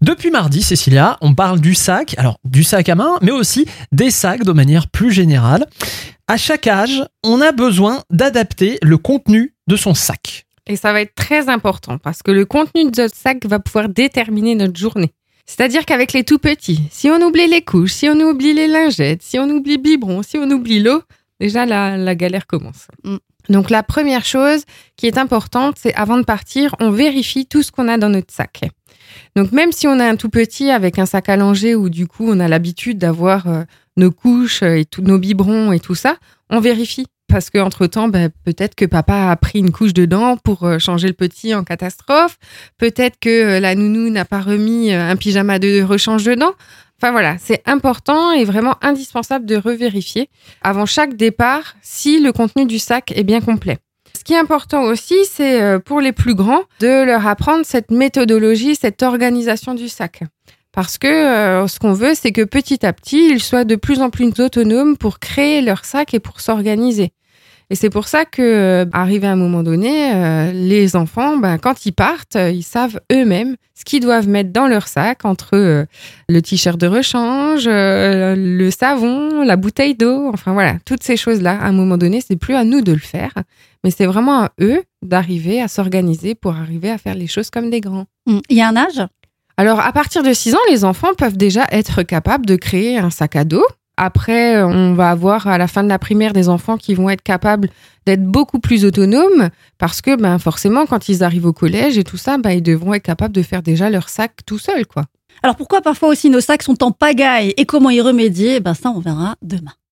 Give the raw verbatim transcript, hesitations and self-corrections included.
Depuis mardi, Cécilia, on parle du sac, alors du sac à main, mais aussi des sacs de manière plus générale. À chaque âge, on a besoin d'adapter le contenu de son sac. Et ça va être très important parce que le contenu de notre sac va pouvoir déterminer notre journée. C'est-à-dire qu'avec les tout petits, si on oublie les couches, si on oublie les lingettes, si on oublie le biberon, si on oublie l'eau, déjà la, la galère commence. Mm. Donc la première chose qui est importante, c'est avant de partir, on vérifie tout ce qu'on a dans notre sac. Donc même si on a un tout petit avec un sac allongé où du coup on a l'habitude d'avoir euh, nos couches et tous nos biberons et tout ça, on vérifie. Parce qu'entre-temps, ben, peut-être que papa a pris une couche dedans pour euh, changer le petit en catastrophe. Peut-être que euh, la nounou n'a pas remis euh, un pyjama de rechange dedans. Enfin voilà, c'est important et vraiment indispensable de revérifier avant chaque départ si le contenu du sac est bien complet. Ce qui est important aussi, c'est euh, pour les plus grands de leur apprendre cette méthodologie, cette organisation du sac. Parce que euh, ce qu'on veut, c'est que petit à petit, ils soient de plus en plus autonomes pour créer leur sac et pour s'organiser. Et c'est pour ça que, euh, arrivé à un moment donné, euh, les enfants, ben, quand ils partent, euh, ils savent eux-mêmes ce qu'ils doivent mettre dans leur sac, entre euh, le t-shirt de rechange, euh, le savon, la bouteille d'eau, enfin voilà, toutes ces choses-là. À un moment donné, c'est plus à nous de le faire, mais c'est vraiment à eux d'arriver à s'organiser pour arriver à faire les choses comme des grands. Il y a un âge ? Alors, à partir de six ans, les enfants peuvent déjà être capables de créer un sac à dos. Après, on va avoir à la fin de la primaire des enfants qui vont être capables d'être beaucoup plus autonomes parce que ben, forcément, quand ils arrivent au collège et tout ça, ben, ils devront être capables de faire déjà leur sac tout seuls, quoi. Alors pourquoi parfois aussi nos sacs sont en pagaille et comment y remédier ? Ben ça, on verra demain.